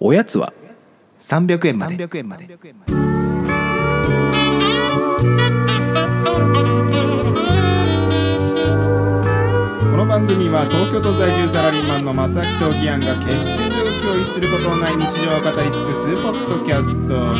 おやつは300円まで。 この番組は東京都在住サラリーマンの正木とギアンが決して病気を逸することのない日常を語り尽くすポッドキャストです。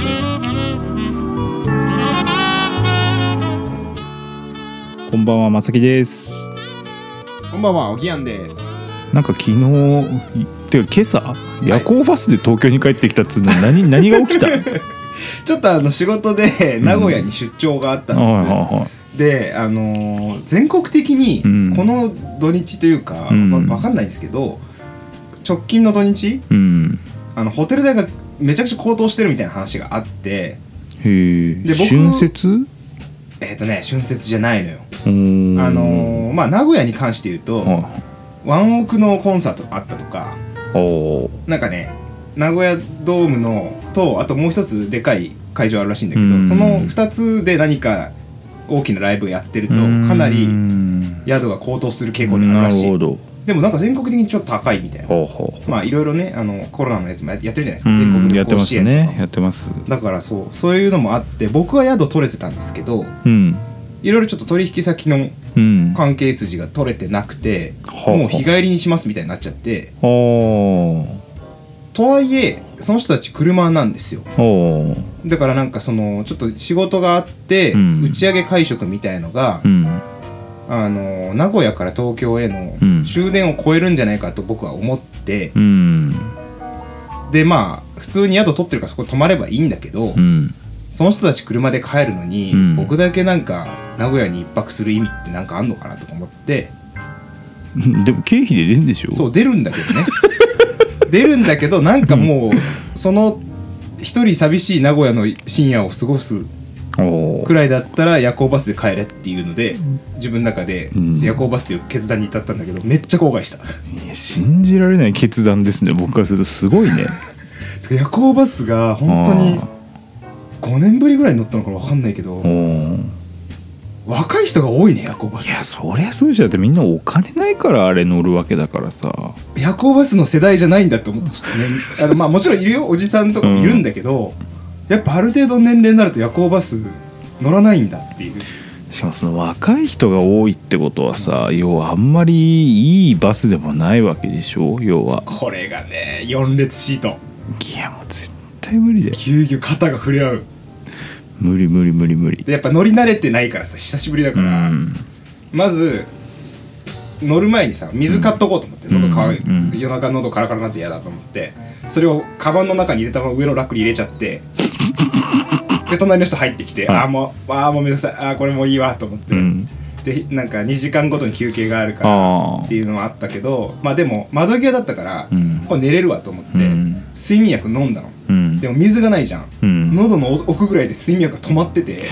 こんばんは、正木です。 こんばんは、おぎやんです。 なんか昨日てか今朝、夜行バスで東京に帰ってきたっつうの何が起きたちょっと仕事で名古屋に出張があったんですよ、で全国的にこの土日というか、わかんないんですけど、直近の土日、ホテル代がめちゃくちゃ高騰してるみたいな話があって、 で僕春節？ 春節じゃないのよ。名古屋に関して言うと、ワンオクのコンサートあったとか、なんかね、名古屋ドームのと、あともう一つでかい会場あるらしいんだけど、その2つで何か大きなライブをやってるとかなり宿が高騰する傾向にあるらしい。でもなんか全国的にちょっと高いみたいな。まあいろいろね、コロナのやつもやってるじゃないですか、全国旅行支援とか。 やってます。 だからそういうのもあって、僕は宿取れてたんですけど、いろいろちょっと取引先の関係筋が取れてなくて、もう日帰りにしますみたいになっちゃって、とはいえその人たち車なんですよ。だからなんかちょっと仕事があって、打ち上げ会食みたいのが、名古屋から東京への終電を超えるんじゃないかと僕は思って、でまあ普通に宿取ってるからそこ泊まればいいんだけど、その人たち車で帰るのに、僕だけなんか名古屋に一泊する意味ってなんかあんのかなとか思って。 でも経費で出るんでしょ。 そう、出るんだけどね出るんだけど、なんかもうその一人寂しい名古屋の深夜を過ごすくらいだったら夜行バスで帰れっていうので、自分の中で夜行バスという決断に至ったんだけど、めっちゃ後悔した。 いや、信じられない決断ですね、僕からすると。すごいね夜行バスが本当に5年ぶりぐらいに乗ったのか分かんないけど、若い人が多いね、夜行バス。 いや、そりゃそうでしょ。だってみんなお金ないからあれ乗るわけだからさ。 夜行バスの世代じゃないんだって思って、ちょっとね、まあもちろんいるよ、おじさんとかもいるんだけど、やっぱある程度年齢になると夜行バス乗らないんだっていう。 しかもその若い人が多いってことはさ、要はあんまりいいバスでもないわけでしょ、要は。 これがね、4列シート。 いや、もう絶対無理だよ。 ぎゅうぎゅう肩が触れ合う。 無理でやっぱ乗り慣れてないからさ、久しぶりだから、まず乗る前にさ、水買っとこうと思って、喉乾い、夜中喉カラカラになって嫌だと思って、それをカバンの中に入れたまま上のラックに入れちゃってで隣の人入ってきて、もうめんどくさい、これもういいわと思って、でなんか2時間ごとに休憩があるからっていうのもあったけど、まあでも窓際だったから、これ寝れるわと思って、睡眠薬飲んだの。でも水がないじゃん、喉の奥ぐらいで睡眠薬が止まってて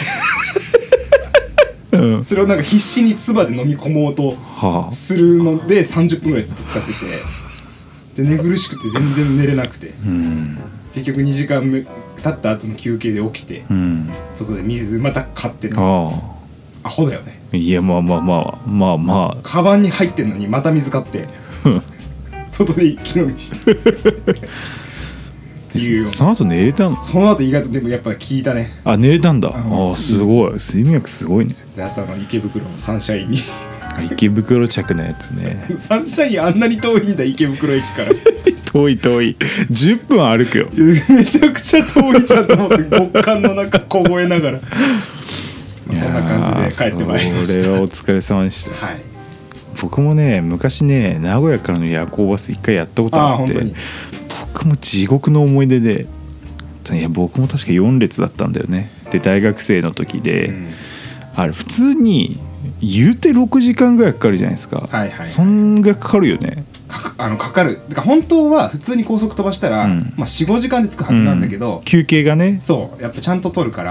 それをなんか必死に唾で飲み込もうとするので30分ぐらいずっと使ってて、で寝苦しくて全然寝れなくて、結局2時間経った後の休憩で起きて、外で水また買ってるの。アホだよね。いや、まあカバンに入ってんのにまた水買って外で一気飲みしてっていう。 その後寝れたの？ その後意外とでもやっぱ聞いたね。 寝れたんだ。すごい、睡眠薬すごいね。 で朝の池袋のサンシャインに池袋着のやつねサンシャインあんなに遠いんだ、池袋駅から遠い10分歩くよめちゃくちゃ遠いじゃんと思って極寒の中凍えながらそんな感じで帰ってまいりました。 それはお疲れ様でした。僕もね、昔ね、名古屋からの夜行バス一回やったことあって、僕も地獄の思い出で、いや僕も確か4列だったんだよね。で大学生の時で、あれ普通に言うて6時間ぐらいかかるじゃないですか。そんぐらいかかるよね。 かかる。だから本当は普通に高速飛ばしたら、4,5 時間で着くはずなんだけど、 休憩がね、 そうやっぱちゃんと取るから、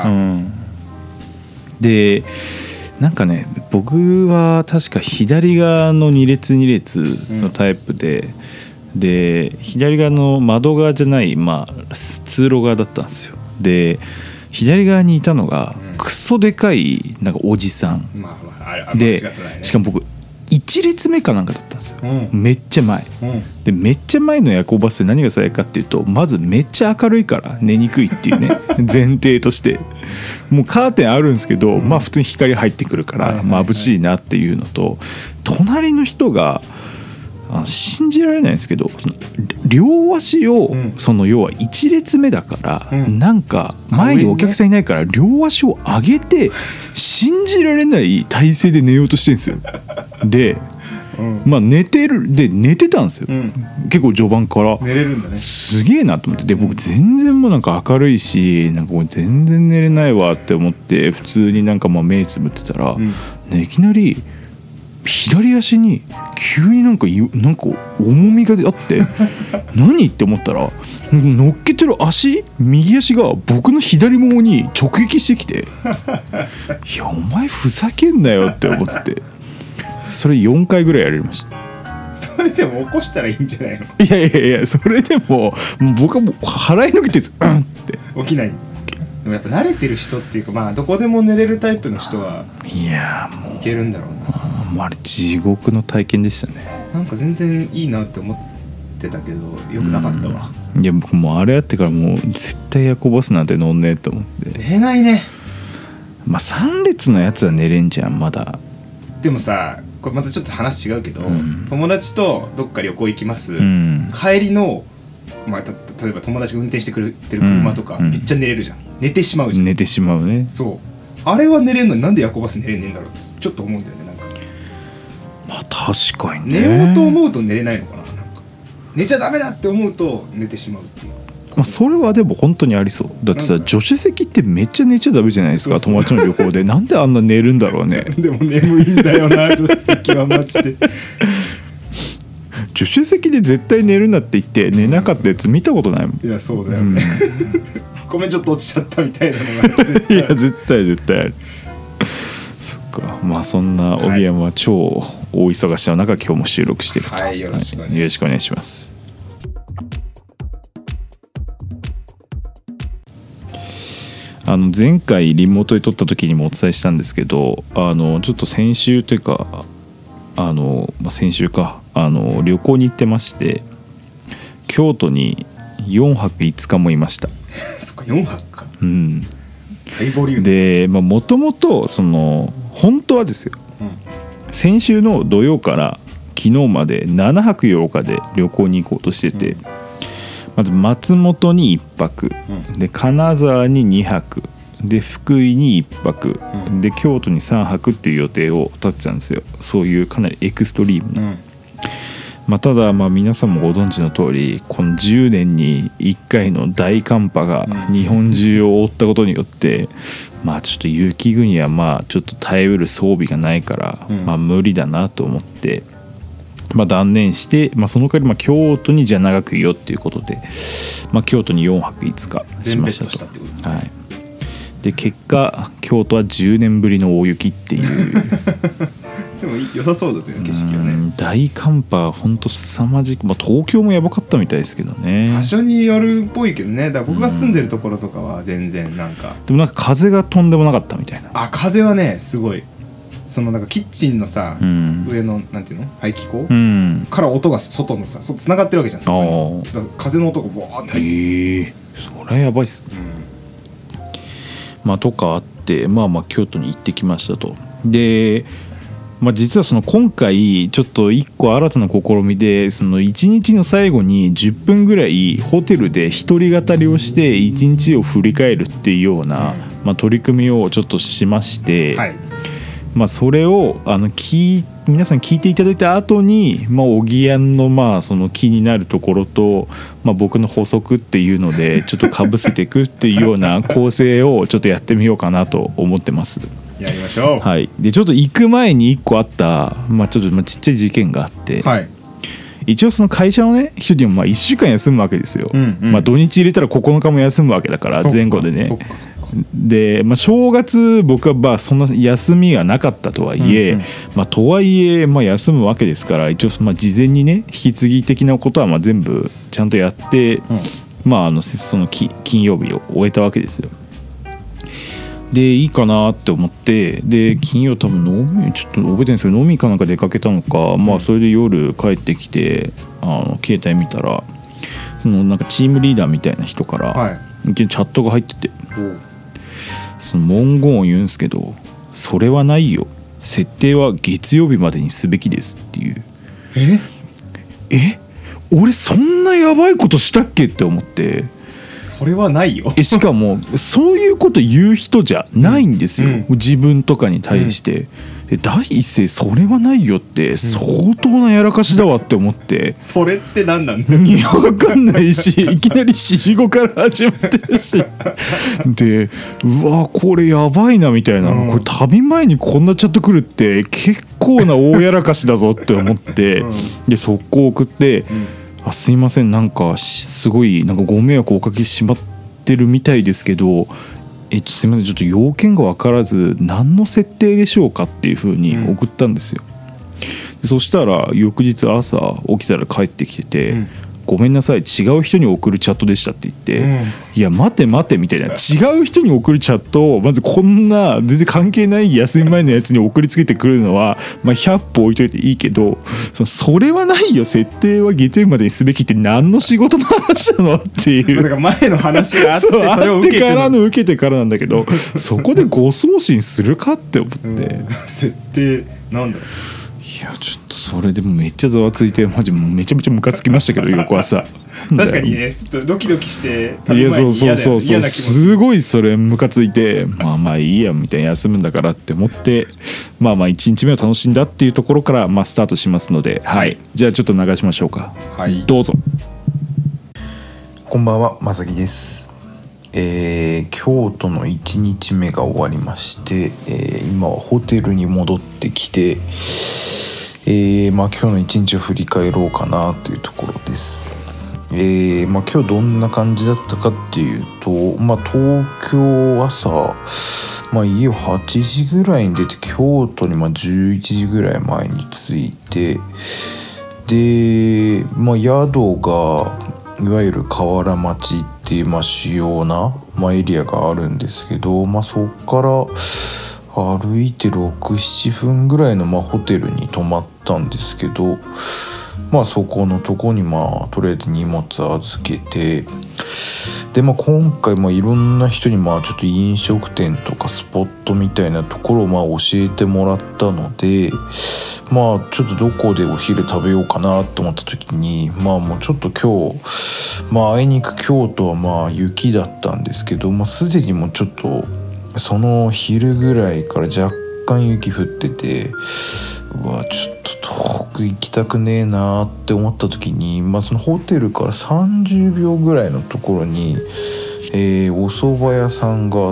でなんかね、僕は確か左側の2列のタイプで、で左側の窓側じゃない、通路側だったんですよ。で左側にいたのがクソでかいなんかおじさん、でしかも僕 1列目かなんかだったんですよ、 うん、 めっちゃ前で、めっちゃ前の夜行バスって何が最悪かっていうと、まずめっちゃ明るいから寝にくいっていうね前提として、もうカーテンあるんですけど、まあ普通に光入ってくるから眩しいなっていうのと、隣の人が信じられないんですけど、その両足を、その要は1列目だから、なんか前にお客さんいないから両足を上げて信じられない体勢で寝ようとしてるんですよ。で、まあ寝てたんですよ、結構序盤から寝れるんだね。 すげえなと思って、で僕全然もうなんか明るいし、なんかもう全然寝れないわって思って普通になんかまあ目つぶってたら、いきなり左足に急になんか重みがあって何って思ったら、乗っけてる右足が僕の左ももに直撃してきていやお前ふざけんなよって思って、それ4回ぐらいやられました。 それでも起こしたらいいんじゃないの？ いやそれでも僕はもう払いのけてって起きない。でもやっぱ慣れてる人っていうか、まあどこでも寝れるタイプの人はいやもういけるんだろうな。 あれ地獄の体験でしたね。 なんか全然いいなって思ってたけどよくなかったわ。 いや僕もうあれやってからもう絶対夜行バスなんて乗んねえと思って。 寝れないね。 まあ3列のやつは寝れんじゃんまだ。 でもさ、これまたちょっと話違うけど、友達とどっか旅行行きます、帰りの、まあ、例えば友達が運転してくれてる車とか、めっちゃ寝れるじゃん。寝てしまうじゃん。 寝てしまうね。 そう、あれは寝れんのになんで夜行バス寝れねえんだろうってちょっと思うんだよね。なんかまあ確かにね。 寝ようと思うと寝れないのかな。なんか寝ちゃダメだって思うと寝てしまうっていう。 まあ、それはでも本当にありそう。だってさ、助手席ってめっちゃ寝ちゃダメじゃないですか。友達の旅行でなんであんな寝るんだろうね。 でも眠いんだよな助手席はマジで。 助手席で絶対寝るなって言って寝なかったやつ見たことないもん。 いやそうだよね、ごめんちょっと落ちちゃったみたいなのが絶対いや絶対ある。そっか。まあそんな帯山は超大忙しの中今日も収録してると。 はい、よろしくお願いします。 前回リモートで撮った時にもお伝えしたんですけど、ちょっと先週というか先週か旅行に行ってまして、京都に4泊5日もいました。 そっか4泊か。ハイボリュームで、もともと本当はですよ、先週の土曜から昨日まで7泊8日で旅行に行こうとしてて、まず松本に1泊、で金沢に2泊で福井に1泊、で京都に3泊っていう予定を立てたんですよ。そういうかなりエクストリームな、ただ皆さんもご存知の通り、この10年に1回の大寒波が日本中を覆ったことによって、ちょっと雪国はちょっと耐えうる装備がないから、無理だなと思って。断念して、その代わり京都にじゃあ長くいよっていうことで、京都に4泊5日しましたと。 したってことですね。 はい、で結果京都は10年ぶりの大雪っていうでも良さそうだったよ景色はね。 大寒波ほんと凄まじく、東京もやばかったみたいですけどね。 場所によるっぽいけどね。だから僕が住んでるところとかは全然なんか、 でも風がとんでもなかったみたいな。 風はねすごい。なんかキッチンのさ、上のなんていうの排気口、から音が外のさつながってるわけじゃん。外にだから風の音がボーって入って、 それやばいっすね。とかあって、京都に行ってきましたと。で、実は今回ちょっと一個新たな試みで、1日の最後に10分ぐらいホテルで一人語りをして1日を振り返るっていうような、取り組みをちょっとしまして、それを皆さん聞いていただいた後におぎやんのその気になるところと、僕の補足っていうのでちょっとかぶせていくっていうような構成をちょっとやってみようかなと思ってます。 やりましょう。 はい。でちょっと行く前に1個あったちょっとちっちゃい事件があって、一応その会社のね人にも1週間休むわけですよ。土日入れたら9日も休むわけだから前後でね。で、正月僕はそんな休みがなかったとはいえ、とはいえ休むわけですから、一応事前にね引き継ぎ的なことは全部ちゃんとやって、その金曜日を終えたわけですよ。 でいいかなって思って、で金曜多分ちょっと覚えてないんですけど飲みかなんか出かけたのか、まあそれで夜帰ってきて携帯見たらなんかチームリーダーみたいな人からいきなりチャットが入ってて、その文言を言うんですけど、それはないよ、設定は月曜日までにすべきですっていう。俺そんなやばいことしたっけって思って。 それはないよしかもそういうこと言う人じゃないんですよ、自分とかに対して、で第一声それはないよって相当なやらかしだわって思って、 それって何なんだよ。 いや分かんないし、いきなり指示語から始まってるしでうわこれやばいなみたいな、これ旅前にこんなチャット来るって結構な大やらかしだぞって思ってで速攻送ってすいません、なんかすごいなんかご迷惑をおかけしてしまってるみたいですけど、すいません、ちょっと要件が分からず何の設定でしょうかっていう風に送ったんですよ。そしたら翌日朝起きたら帰ってきてて、ごめんなさい違う人に送るチャットでしたって言って、いや待て待てみたいな、違う人に送るチャットをまずこんな全然関係ない休み前のやつに送りつけてくるのは、まあ、100歩置いといていいけど、それはないよ、設定は月曜日までにすべきって何の仕事の話なのっていう。 だから前の話があってそれを受けてからの受けてからなんだけどそこで誤送信するかって思って設定なんだろう。 いやちょっとそれでもめっちゃざわついてマジめちゃめちゃムカつきましたけど翌朝確かにねちょっとドキドキしていやそうすごいそれムカついてまあいいやみたいな、休むんだからって思ってまあ1日目を楽しんだっていうところからスタートしますので、はい、じゃあちょっと流しましょうか。はいどうぞ。 こんばんは、まさきです。京都の1日目が終わりまして、今はホテルに戻ってきて、今日の一日を振り返ろうかなというところです。今日どんな感じだったかっていうと、東京朝、家を8時ぐらいに出て京都に11時ぐらい前に着いて、で、宿がいわゆる河原町っていう主要な、エリアがあるんですけど、そこから歩いて 6,7 分ぐらいのホテルに泊まったんですけど、そこのとこにとりあえず荷物預けて、で今回いろんな人にちょっと飲食店とかスポットみたいなところを教えてもらったので、ちょっとどこでお昼食べようかなと思った時にもうちょっと今日あいにく京都は雪だったんですけど、すでにもうちょっとその昼ぐらいから若干雪降ってて、ちょっと遠く行きたくねえなって思った時に、そのホテルから30秒ぐらいのところに、お蕎麦屋さんがあって、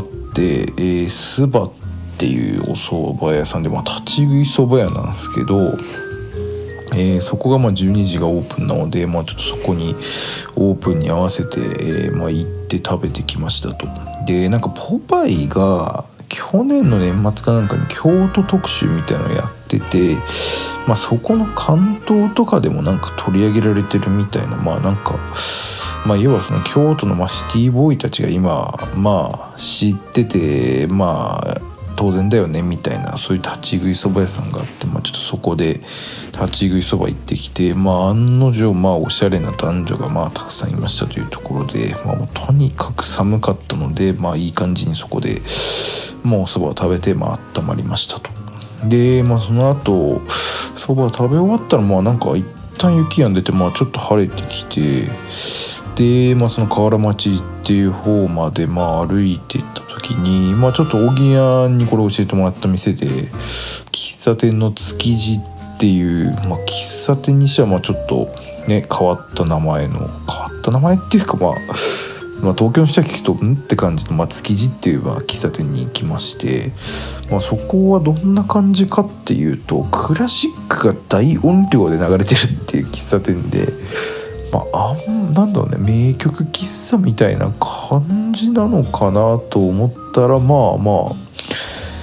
スバっていうお蕎麦屋さんで、立ち食い蕎麦屋なんですけど、そこが12時がオープンなので、ちょっとそこにオープンに合わせて、行って食べてきましたと。でポパイが去年の年末かなんかに京都特集みたいなのをやってて、そこの関東とかでも取り上げられてるみたいな、要はその京都のシティボーイたちが今知ってて当然だよねみたいな、そういう立ち食いそば屋さんがあって、ちょっとそこで立ち食いそば行ってきて、案の定おしゃれな男女がたくさんいましたというところで、もうとにかく寒かったので、いい感じにそこでおそばを食べて温まりましたと。でその後そば食べ終わったら一旦雪止んでてちょっと晴れてきて、でその河原町っていう方まで歩いていった時にちょっと荻谷にこれ教えてもらった店で喫茶店の築地っていう、喫茶店にしてはちょっとね変わった名前っていうか東京の人が聞くとって感じの築地っていう喫茶店に行きまして、そこはどんな感じかっていうと、クラシックが大音量で流れてるっていう喫茶店で、なんだろうね、名曲喫茶みたいな感じなのかなと思ったら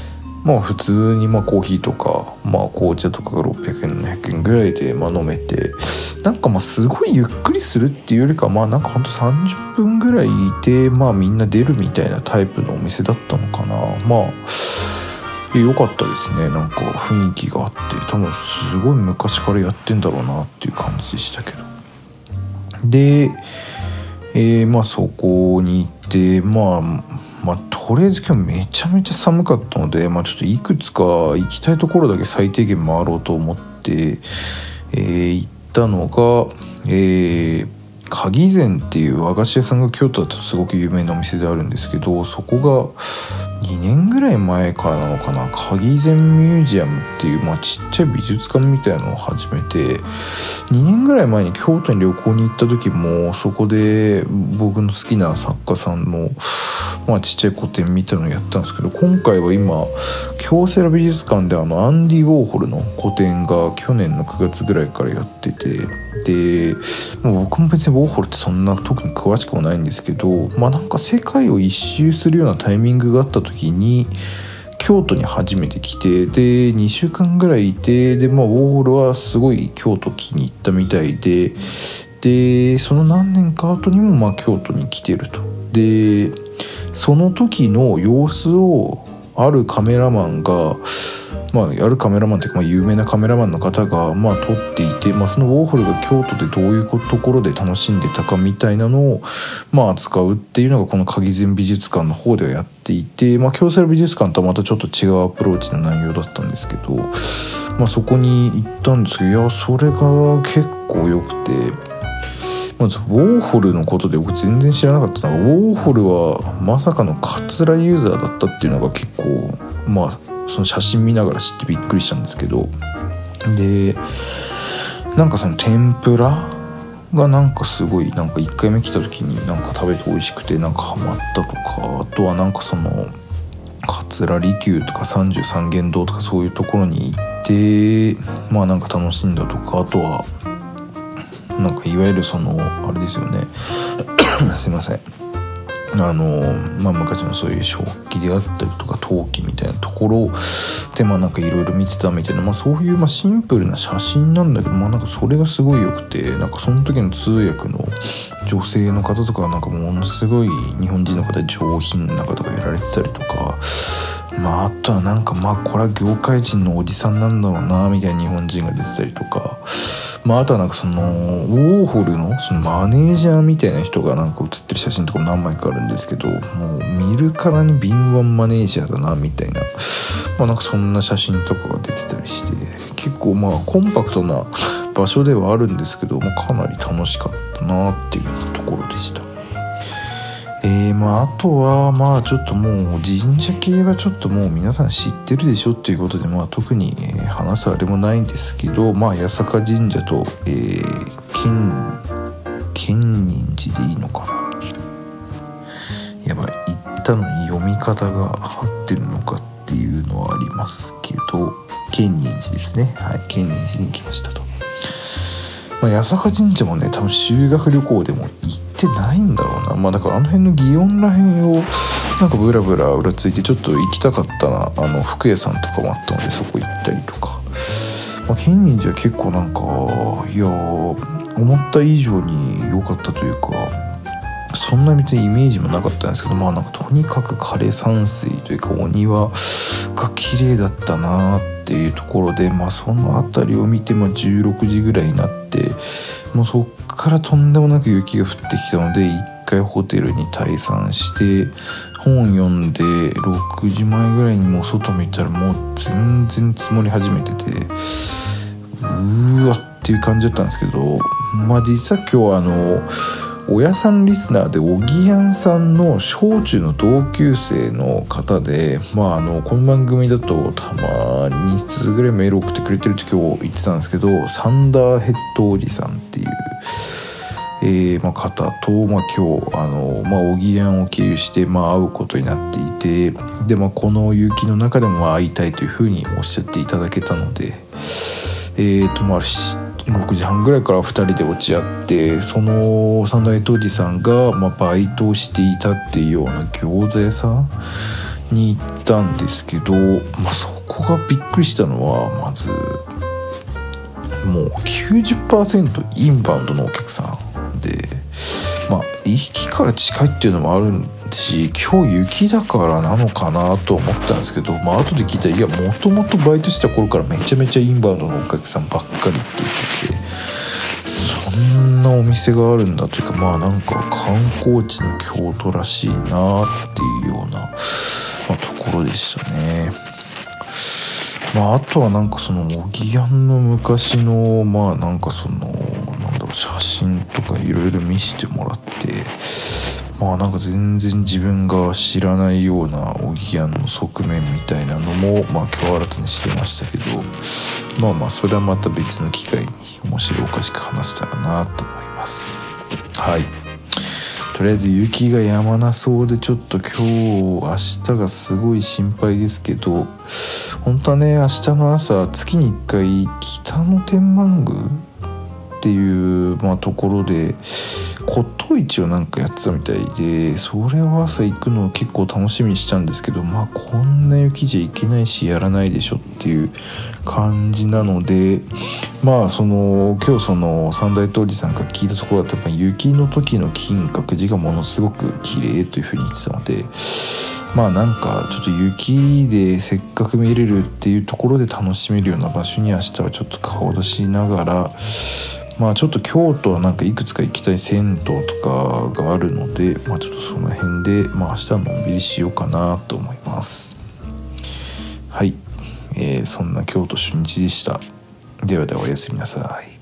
まあ普通にまあコーヒーとか、まあ、紅茶とかが600円700円ぐらいでまあ飲めて、なんかまあすごいゆっくりするっていうよりかまあなんかほんと30分ぐらいいてまあみんな出るみたいなタイプのお店だったのかな。まあ良かったですね。なんか雰囲気があって多分すごい昔からやってんだろうなっていう感じでしたけど。で、まあそこに行ってまあとりあえず今日めちゃめちゃ寒かったので、まあ、ちょっといくつか行きたいところだけ最低限回ろうと思って、行ったのが、鍵膳っていう和菓子屋さんが京都だとすごく有名なお店であるんですけど、そこが2年ぐらい前からなのかな、鍵膳ミュージアムっていう、まあ、ちっちゃい美術館みたいなのを始めて、2年ぐらい前に京都に旅行に行った時もそこで僕の好きな作家さんの、まあ、ちっちゃい個展みたいなのをやったんですけど、今回は今京セラ美術館でアンディ・ウォーホルの個展が去年の9月ぐらいからやってて、でもう僕も別にウォーホルってそんな特に詳しくもないんですけど、まあなんか世界を一周するようなタイミングがあった時に京都に初めて来て、で2週間ぐらいいて、でまあウォーホルはすごい京都気に入ったみたいで、でその何年か後にもまあ京都に来てると。でその時の様子をあるカメラマンが、まあ、あるカメラマンというか、まあ、有名なカメラマンの方が、まあ、撮っていて、まあ、そのウォーホルが京都でどういうところで楽しんでたかみたいなのを、まあ、扱うっていうのがこの鍵膳美術館の方ではやっていて、まあ、京セラ美術館とはまたちょっと違うアプローチの内容だったんですけど、まあ、そこに行ったんですけど、いやそれが結構良くて、まずウォーホルのことで僕全然知らなかったのが、ウォーホルはまさかのカツラユーザーだったっていうのが結構、まあその写真見ながら知ってびっくりしたんですけど、でなんかその天ぷらがなんかすごいなんか1回目来た時になんか食べて美味しくてなんかハマったとか、あとはなんかその桂離宮とか33間堂とかそういうところに行ってまあなんか楽しんだとか、あとはなんかいわゆるそのあれですよねすいません、まあ、昔のそういう食器であったりとか陶器みたいなところでまあなんかいろいろ見てたみたいな、まあ、そういうまあシンプルな写真なんだけど、まあなんかそれがすごい良くて、なんかその時の通訳の女性の方とかなんかものすごい日本人の方で上品な方がやられてたりとか、まああとはなんかまあこれは業界人のおじさんなんだろうなみたいな日本人が出てたりとか、まあ、あとはなんかそのウォーホルのそのマネージャーみたいな人がなんか写ってる写真とかも何枚かあるんですけど、もう見るからに敏腕マネージャーだなみたいな、まあなんかそんな写真とかが出てたりして、結構まあコンパクトな場所ではあるんですけど、まあ、かなり楽しかったなっていうようなところでした。まああとはまあちょっともう神社系はちょっともう皆さん知ってるでしょっていうことで、まあ特に話すあれもないんですけど、まあ八坂神社と、建仁寺でいいのかな、やばい言ったのに読み方が合ってるのかっていうのはありますけど、建仁寺ですね。はい、建仁寺に行きましたと。まあ、八坂神社もね多分修学旅行でも行ってないんだろうな。まあだからあの辺の祇園ら辺をなんかブラブラうらついてちょっと行きたかったな、服屋さんとかもあったのでそこ行ったりとか、まあ、建仁寺は結構なんかいや思った以上に良かったというか、そんな別にイメージもなかったんですけど、まあなんかとにかく枯山水というかお庭が綺麗だったなっていうところで、まあその辺りを見て、まあ、16時ぐらいになって、もうそっからとんでもなく雪が降ってきたので一回ホテルに退散して本読んで6時前ぐらいにもう外見たらもう全然積もり始めてて、うーわっていう感じだったんですけど、まあ実は今日は親さんリスナーでおぎやんさんの小中の同級生の方で、まあこの番組だとたまに1通ぐらいメール送ってくれてるって今日言ってたんですけど、サンダーヘッドおじさんっていう、まあ、方と、まあ、今日まあ、おぎやんを経由して、まあ、会うことになっていて、で、まあ、この雪の中でも会いたいというふうにおっしゃっていただけたので、まあ6時半ぐらいから2人で落ち合って、そのサンダーヘッドおじさんが、まあ、バイトをしていたっていうような餃子屋さんに行ったんですけど、そこがびっくりしたのは、まずもう 90% インバウンドのお客さんで、駅から近いっていうのもあるし、今日雪だからなのかなと思ったんですけど、後で聞いたら、いや、もともとバイトした頃からめちゃめちゃインバウンドのお客さんばっかりって言ってて、そんなお店があるんだというか、なんか観光地の京都らしいなっていうような、ところでしたね。あとはなんかそのおぎやんの昔のなんかその写真とかいろいろ見せてもらって、なんか全然自分が知らないようなおぎやんの側面みたいなのも今日新たに知りましたけど、それはまた別の機会に面白おかしく話せたらなと思います。はい、とりあえず雪が止まなそうで、ちょっと今日明日がすごい心配ですけど、本当はね、明日の朝月に1回北の天満宮っていう、ところで骨董市をなんかやってたみたいで、それを朝行くのを結構楽しみにしたんですけど、こんな雪じゃいけないしやらないでしょっていう感じなので、今日その三大当時さんから聞いたところだと、雪の時の金閣寺がものすごく綺麗というふうに言ってたので、なんかちょっと雪でせっかく見れるっていうところで楽しめるような場所に明日はちょっと顔出しながら、ちょっと京都はなんかいくつか行きたい銭湯とかがあるので、ちょっとその辺で、明日はのんびりしようかなと思います。はい、そんな京都初日でした。ではではおやすみなさい。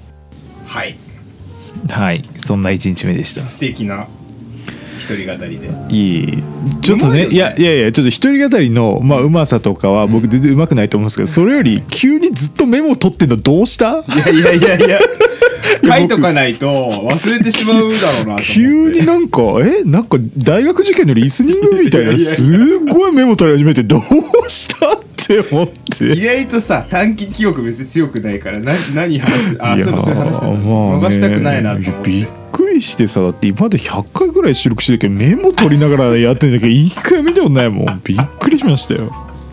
はい、そんな1日目でした。 素敵な一人語りで。 ちょっとね、いやちょっと一人語りのうまさとかは僕全然うまくないと思うんですけど、それより急にずっとメモ取ってんのどうした？ いや書いとかないと忘れてしまうだろうなと思って。 急になんか大学受験のリスニングみたいなすごいメモ取り始めて、どうしたって思って。 意外とさ、短期記憶別に強くないから、何話して、それ話してたの逃したくないなと思って。 びっくりしてさ、だって今まで100回ぐらい収録してるけどメモ取りながらやってんだけど一回見たことないもん。びっくりしましたよ。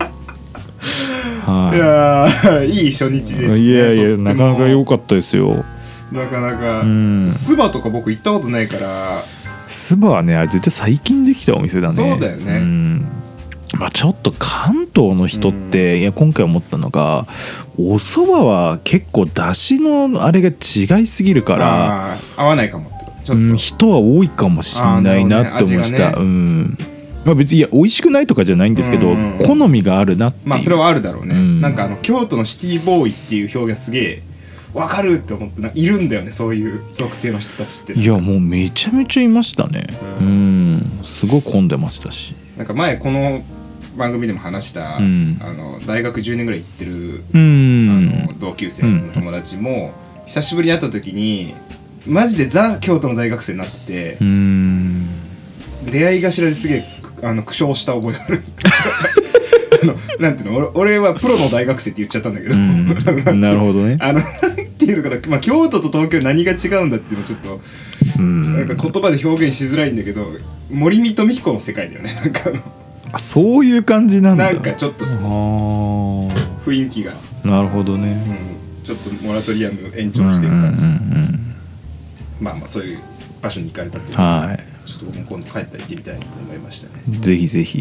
いやいい初日ですね。 いやなかなか良かったですよ。 なかなかスバとか僕行ったことないから。 スバはね、あれ絶対最近できたお店だね。 そうだよね。 ちょっと関東の人って、今回思ったのが、お蕎麦は結構出汁のあれが違いすぎるから合わないかもってちょっと、 人は多いかもしれないなって思いました。別に美味しくないとかじゃないんですけど、好みがあるなっていう。 それはあるだろうね。なんか京都のシティボーイっていう表現すげえ分かるって思って、いるんだよね、そういう属性の人たちって。 いやもうめちゃめちゃいましたね。すごい混んでましたし、 なんか前この番組でも話した、大学10年ぐらい行ってる、同級生の友達も、久しぶりに会った時にマジでザ京都の大学生になってて、出会い頭ですげえ苦笑した覚えがある。なんていうの、俺はプロの大学生って言っちゃったんだけど、 なるほどね。 なんていうのかな、京都と東京何が違うんだっていうのをちょっとなんか言葉で表現しづらいんだけど、森見富彦の世界だよね。なんかそういう感じなんだ。 なんかちょっと雰囲気が。 なるほどね。 ちょっとモラトリアム延長してる感じ。そういう場所に行かれたっていうので、ちょっと僕も今度帰ったら行ってみたいなと思いましたね。 ぜひぜひ。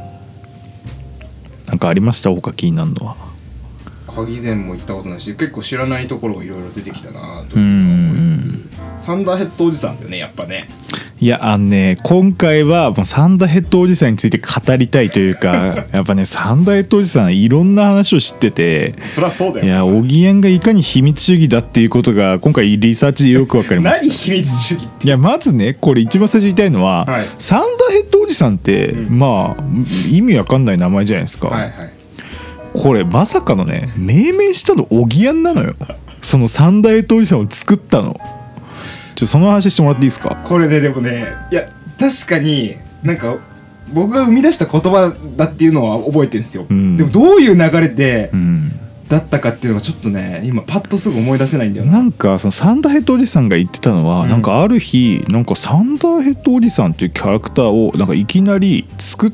なんかありました？他気になるのは。 鍵膳も行ったことないし、結構知らないところがいろいろ出てきたなと思いつつ、サンダーヘッドおじさんだよね、やっぱね。 いや今回はもうサンダーヘッドおじさんについて語りたいというかやっぱね、サンダーヘッドおじさんいろんな話を知ってて、 そりゃそうだよ。 いや、おぎやんがいかに秘密主義だっていうことが今回リサーチでよく分かりました。 何秘密主義って。 いや、まずね、これ一番最初に言いたいのは、サンダーヘッドおじさんって、意味わかんない名前じゃないですか。これまさかのね、命名したのおぎやんなのよ。そのサンダーヘッドおじさんを作ったの。その話してもらっていいですか。 これね、でもね、いや確かになんか僕が生み出した言葉だっていうのは覚えてるんですよ。でもどういう流れでだったかっていうのがちょっとね今パッとすぐ思い出せないんだよなんかそのサンダーヘッドおじさんが言ってたのは、なんかある日なんかサンダーヘッドおじさんっていうキャラクターをなんかいきなり作って、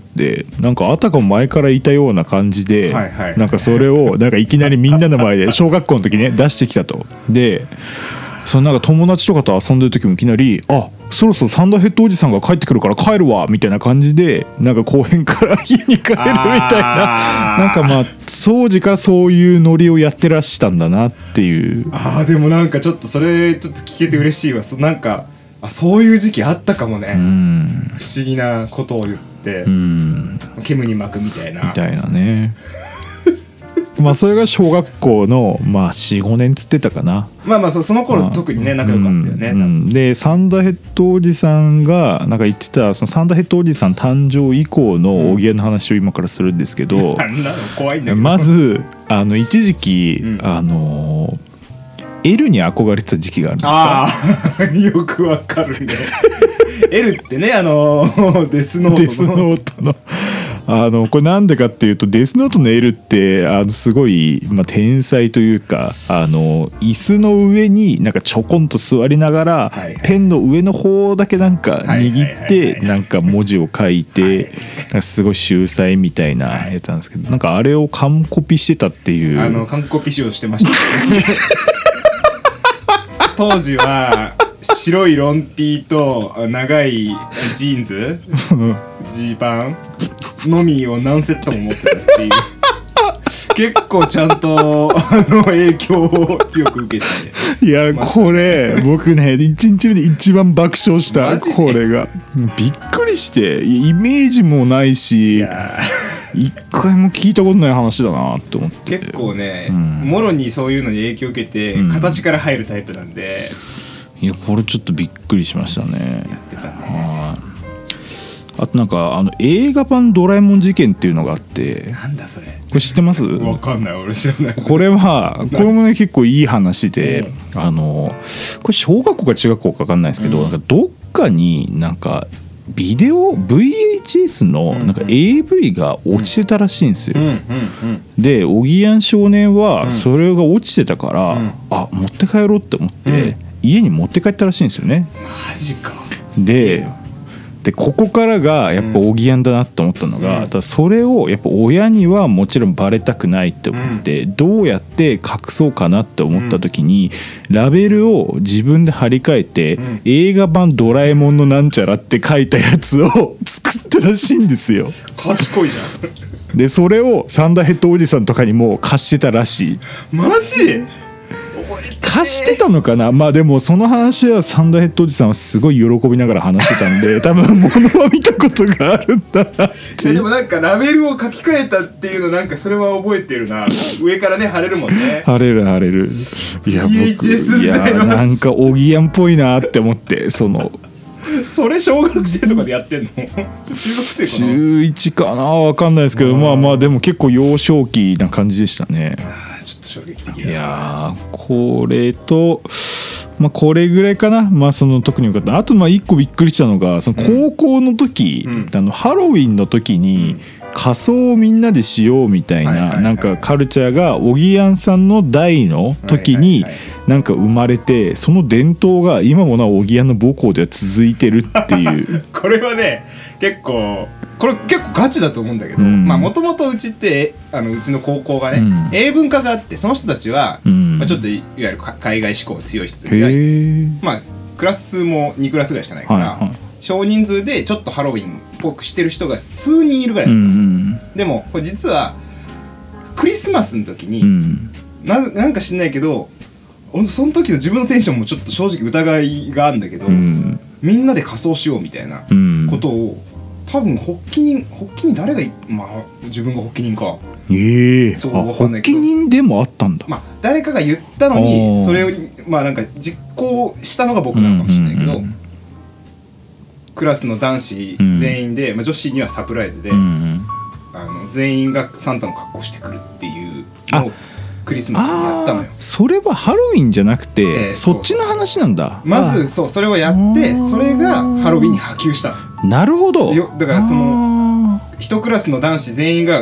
なんかあたかも前からいたような感じで、なんかそれをなんかいきなりみんなの前で小学校の時ね出してきたと。でそのなんか友達とかと遊んでる時もいきなりそろそろサンダーヘッドおじさんが帰ってくるから帰るわみたいな感じでなんか公園から家に帰るみたいな、なんかまあ当時からそういうノリをやってらしたんだなっていう。 でもなんかちょっとそれちょっと聞けて嬉しいわ。なんかそういう時期あったかもね。不思議なことを言って煙に巻くみたいなねまあそれが小学校のまあ 4,5 年つってたかな。 まあその頃特にね仲良かったよね。 でサンダーヘッドおじさんがなんか言ってたそのサンダーヘッドおじさん誕生以降のおぎやの話を今からするんですけど、 怖いんだけどまず一時期L に憧れてた時期があるんですか。 よくわかるねL ってねデスノートのこれなんでかっていうとデスノートの L ってすごい、天才というか椅子の上になんかちょこんと座りながら、ペンの上の方だけなんか握ってなんか文字を書いて、なんかすごい秀才みたいなやつなんですけど、なんかあれを完コピしてたっていう。 完コピしようしてました当時は白いロンティーと長いジーンズジーパンのみを何セットも持ってたっていう結構ちゃんと影響を強く受けて、 いやこれ僕ね1日目で一番爆笑した。これがびっくりして、イメージもないし一回も聞いたことない話だなと思って。 結構ね、もろにそういうのに影響を受けて、形から入るタイプなんで、 いやこれちょっとびっくりしましたね。 やってたね。 あとなんか映画版ドラえもん事件っていうのがあって。 なんだそれ。 これ知ってます？ わかんない、俺知らない。 これもね結構いい話で、これ小学校か中学校か分かんないですけど、なんかどっかになんかビデオ VHS のなんか AV が落ちてたらしいんですよ。でおぎやん少年はそれが落ちてたから、持って帰ろうって思って、家に持って帰ったらしいんですよね。 マジか。 でここからがやっぱおぎやんだなって思ったのが、それをやっぱ親にはもちろんバレたくないって思って、どうやって隠そうかなって思った時に、ラベルを自分で貼り替えて、映画版ドラえもんのなんちゃらって書いたやつを作ったらしいんですよ。 賢いじゃん。でそれをサンダーヘッドおじさんとかにも貸してたらしい。 マジ？ 貸してたのかな。まあでもその話はサンダーヘッドおじさんはすごい喜びながら話してたんで多分物は見たことがあるんだなってでもなんかラベルを書き換えたっていうのなんかそれは覚えてるな。上からね貼れるもんね。 貼れる。いや僕 VHS 時代のなんかおぎやんっぽいなって思ってそれ小学生とかでやってんの？中学生かな？ 中1かな分かんないですけど、まあでも結構幼少期な感じでしたね。 ちょっと衝撃的だな。 いやこれとこれぐらいかな。その特に良かった。あと1個びっくりしたのがその高校の時、ハロウィンの時に仮装をみんなでしようみたいななんかカルチャーがおぎやんさんの代の時になんか生まれて、その伝統が今もなおおぎやんの母校では続いてるっていうこれはねこれ結構ガチだと思うんだけど、もともとうちってうちの高校がね、英文科があって、その人たちは、ちょっといわゆる海外志向強い人たちが、クラスも2クラスぐらいしかないから、少人数でちょっとハロウィンっぽくしてる人が数人いるぐらいだった。でもこれ実はクリスマスの時に、なんか知んないけどその時の自分のテンションもちょっと正直疑いがあるんだけど、みんなで仮装しようみたいなことを、多分発起人誰が自分が発起人か。 発起人でもあったんだ。 誰かが言ったのにそれをなんか実行したのが僕なのかもしれないけど、クラスの男子全員で、女子にはサプライズで、全員がサンタの格好してくるっていうのをクリスマスにやったのよ。 それはハロウィンじゃなくて、そっちの話なんだ。 まずそれをやって、それがハロウィンに波及したの。 なるほど。 だからその一クラスの男子全員が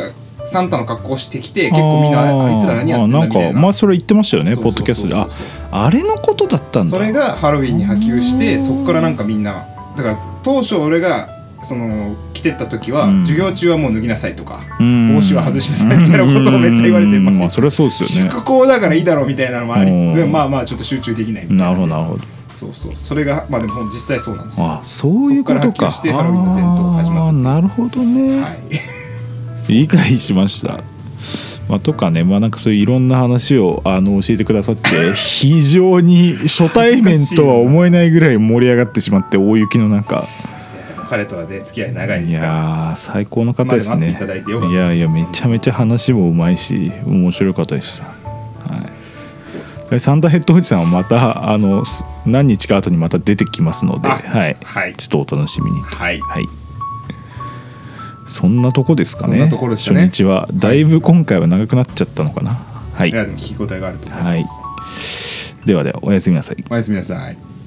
サンタの格好してきて結構みんなあいつら何やってんだみたいな、 なんかそれ言ってましたよね、 そうそうそうそうポッドキャストで。あれのことだったんだ。 それがハロウィンに波及して、そっからなんかみんなだから当初俺がその来てった時は、授業中はもう脱ぎなさいとか、帽子は外しなさいみたいなことをめっちゃ言われてました。 まあそれはそうですよね。 宿校だからいいだろうみたいなのもありつつ、まあまあちょっと集中できないみたいな。 なるほどなるほど。 そうそう、それがまあでも実際そうなんですよ。 あ、そういうことか。 そっから波及してハロウィンの伝統が始まった。 なるほどね。 はい。 理解しました。まあ、とかね、まあなんかそういういろんな話を教えてくださって非常に初対面とは思えないぐらい盛り上がってしまって、大雪の中。 彼とはね付き合い長いですから。 いや最高の方ですね。 いやいやめちゃめちゃ話もうまいし面白かったでした。はい。サンタヘッド富士山はまた何日か後にまた出てきますので、はい、はい、ちょっとお楽しみに。 はい。はい。 そんなとこですかね。 そんなところですね。 初日はだいぶ今回は長くなっちゃったのかな。はい。 いやでも聞き応えがあると思います。 はい。ではではおやすみなさい。 おやすみなさい。